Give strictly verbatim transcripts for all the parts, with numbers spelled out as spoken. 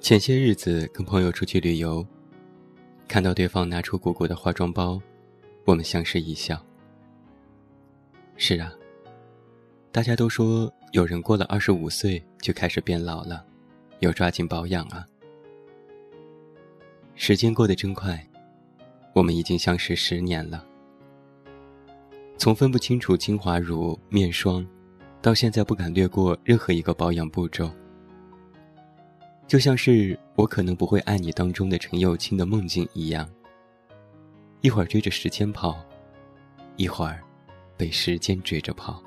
前些日子跟朋友出去旅游，看到对方拿出鼓鼓的化妆包，我们相视一笑。是啊，大家都说有人过了二十五岁就开始变老了，要抓紧保养啊。时间过得真快，我们已经相识十年了。从分不清楚精华乳、面霜，到现在不敢略过任何一个保养步骤。就像是我可能不会爱你当中的陈友清的梦境一样，一会儿追着时间跑，一会儿被时间追着跑。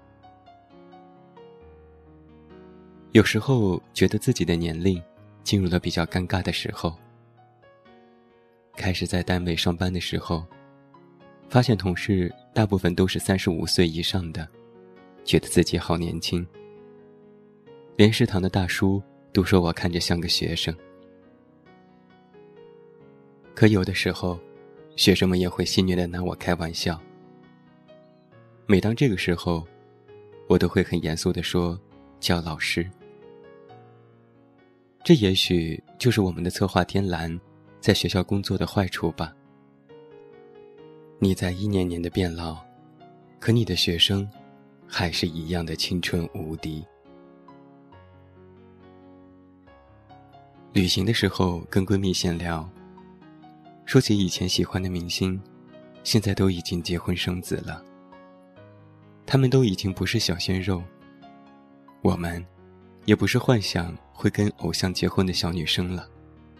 有时候觉得自己的年龄进入了比较尴尬的时候。开始在单位上班的时候，发现同事大部分都是三十五岁以上的，觉得自己好年轻。连食堂的大叔都说我看着像个学生。可有的时候，学生们也会戏谑地拿我开玩笑。每当这个时候，我都会很严肃地说，叫老师。这也许就是我们的策划天蓝在学校工作的坏处吧。你在一年年的变老，可你的学生还是一样的青春无敌。旅行的时候跟闺蜜闲聊，说起以前喜欢的明星，现在都已经结婚生子了。他们都已经不是小鲜肉，我们也不是幻想会跟偶像结婚的小女生了。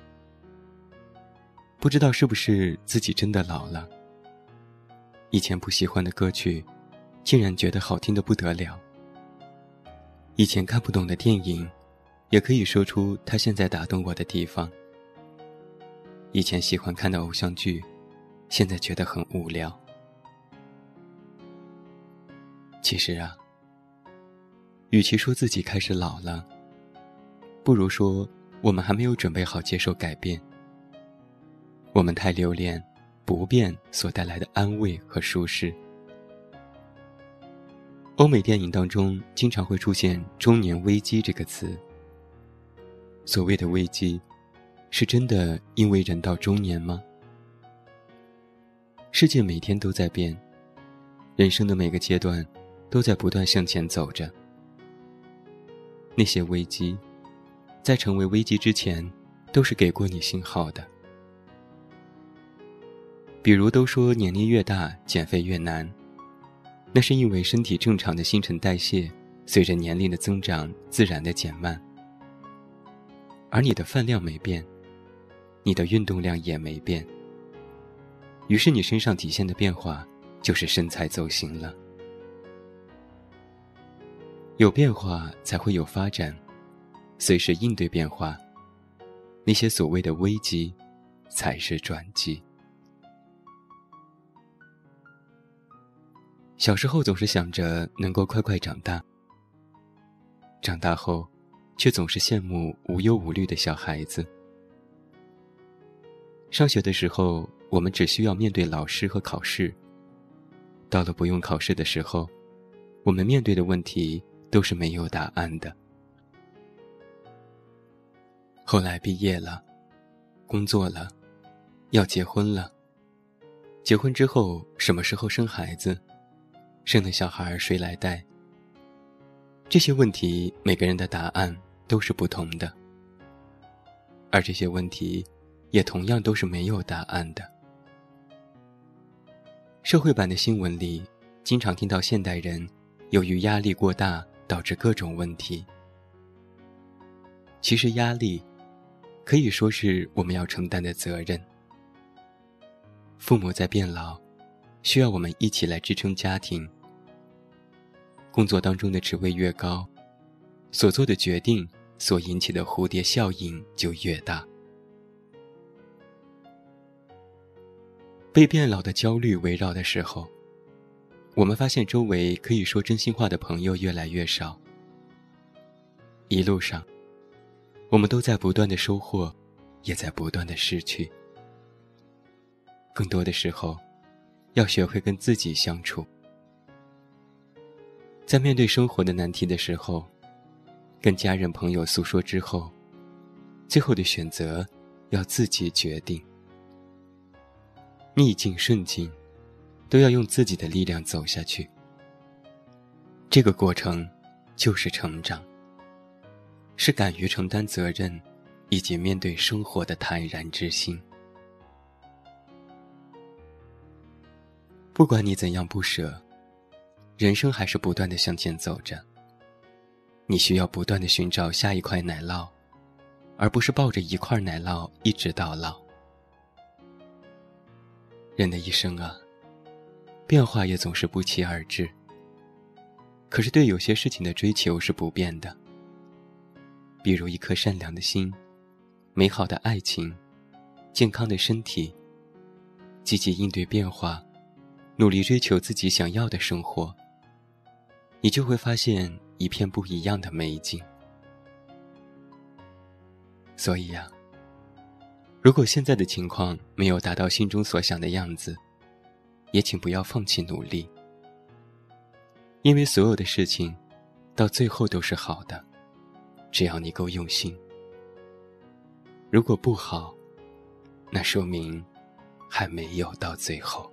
不知道是不是自己真的老了，以前不喜欢的歌曲竟然觉得好听得不得了，以前看不懂的电影也可以说出它现在打动我的地方，以前喜欢看的偶像剧现在觉得很无聊。其实啊，与其说自己开始老了，不如说我们还没有准备好接受改变。我们太留恋不变所带来的安慰和舒适。欧美电影当中经常会出现中年危机这个词。所谓的危机，是真的因为人到中年吗？世界每天都在变，人生的每个阶段都在不断向前走着。那些危机，在成为危机之前，都是给过你信号的。比如都说年龄越大减肥越难，那是因为身体正常的新陈代谢随着年龄的增长自然的减慢，而你的饭量没变，你的运动量也没变，于是你身上体现的变化就是身材走形了。有变化才会有发展，随时应对变化，那些所谓的危机才是转机。小时候总是想着能够快快长大，长大后却总是羡慕无忧无虑的小孩子。上学的时候，我们只需要面对老师和考试，到了不用考试的时候，我们面对的问题都是没有答案的。后来毕业了，工作了，要结婚了，结婚之后什么时候生孩子，生了小孩谁来带？这些问题每个人的答案都是不同的，而这些问题也同样都是没有答案的。社会版的新闻里经常听到现代人由于压力过大导致各种问题。其实压力可以说是我们要承担的责任。父母在变老，需要我们一起来支撑家庭。工作当中的职位越高，所做的决定所引起的蝴蝶效应就越大。被变老的焦虑围绕的时候，我们发现周围可以说真心话的朋友越来越少。一路上，我们都在不断的收获，也在不断的失去。更多的时候，要学会跟自己相处。在面对生活的难题的时候，跟家人朋友诉说之后， 最后的选择要自己决定。逆境顺境都要用自己的力量走下去，这个过程就是成长，是敢于承担责任以及面对生活的坦然之心。不管你怎样不舍，人生还是不断地向前走着。你需要不断地寻找下一块奶酪，而不是抱着一块奶酪一直到老。人的一生啊，变化也总是不期而至。可是对有些事情的追求是不变的，比如一颗善良的心，美好的爱情，健康的身体，积极应对变化，努力追求自己想要的生活，你就会发现一片不一样的美景。所以呀、啊，如果现在的情况没有达到心中所想的样子，也请不要放弃努力，因为所有的事情到最后都是好的，只要你够用心。如果不好，那说明还没有到最后。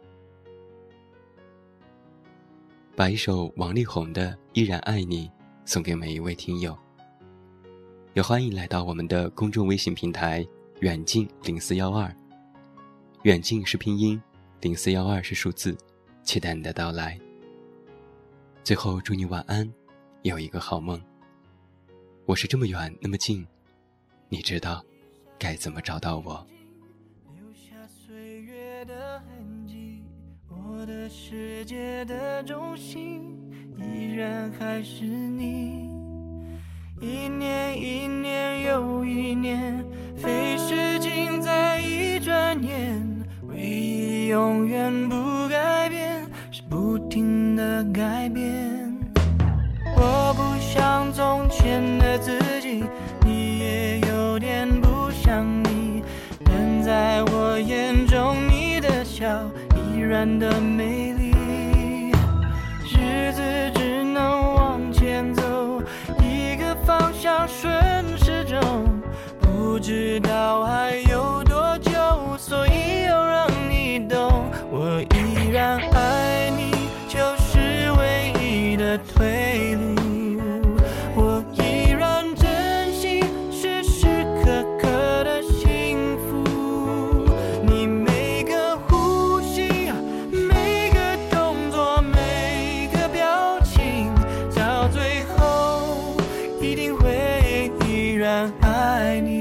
把一首王力宏的《依然爱你》送给每一位听友，也欢迎来到我们的公众微信平台远近零四一二，远近是拼音，零四一二是数字，期待你的到来。最后祝你晚安，有一个好梦。我是这么远那么近，你知道该怎么找到我。 留下岁月的痕迹，我的世界的中心依然还是你。一年一年又一年，飞逝尽在一转眼，唯一永远不改变是不停的改变。我不像从前的自己，你也有点不像你，但在我眼中你的笑依然的美丽。日子只能往前走，一个方向顺时钟，不知道还有多久，所以要让你懂，我依然爱你，就是唯一的退路。我依然珍惜时时刻刻的幸福，你每个呼吸，每个动作，每个表情，到最后一定会依然爱你，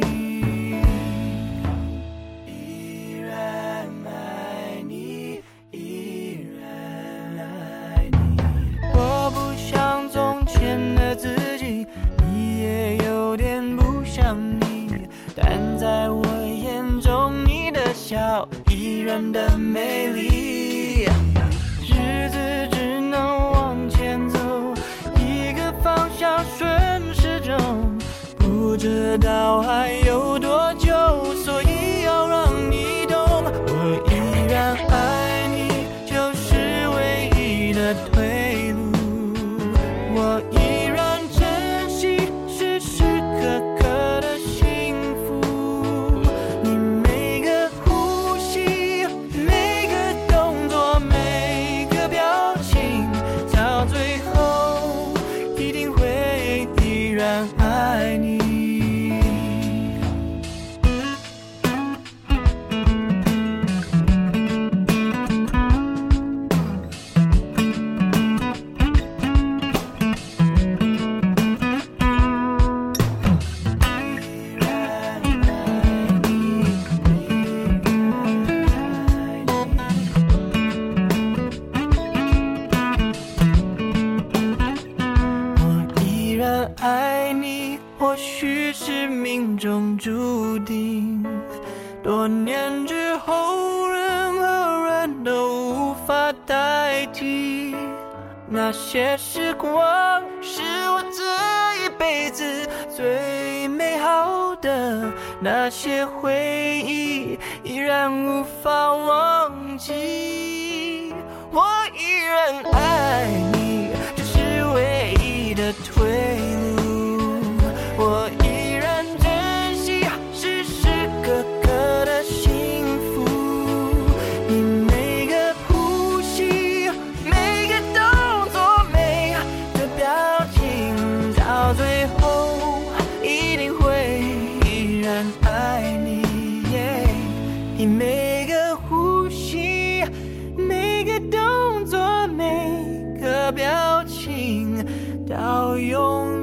依然爱你，依然爱你。我不像从前的自己，你也有点不像你，但在我眼中你的笑依然的美丽。日子只能往前走，一个方向顺时钟，不知道还有多久，所以要让你懂，我依然爱你，就是唯一的退路。我依然珍惜时时刻刻的幸福，你每个呼吸，每个动作，每个表情，到最后一定会依然爱你。爱你，或许是命中注定，多年之后任何人都无法代替。那些时光是我这一辈子最美好的，那些回忆依然无法忘记。我依然爱你，这是唯一的退路。我依然珍惜最后一定会依然爱你。你每个呼吸，每个动作，每个表情，到永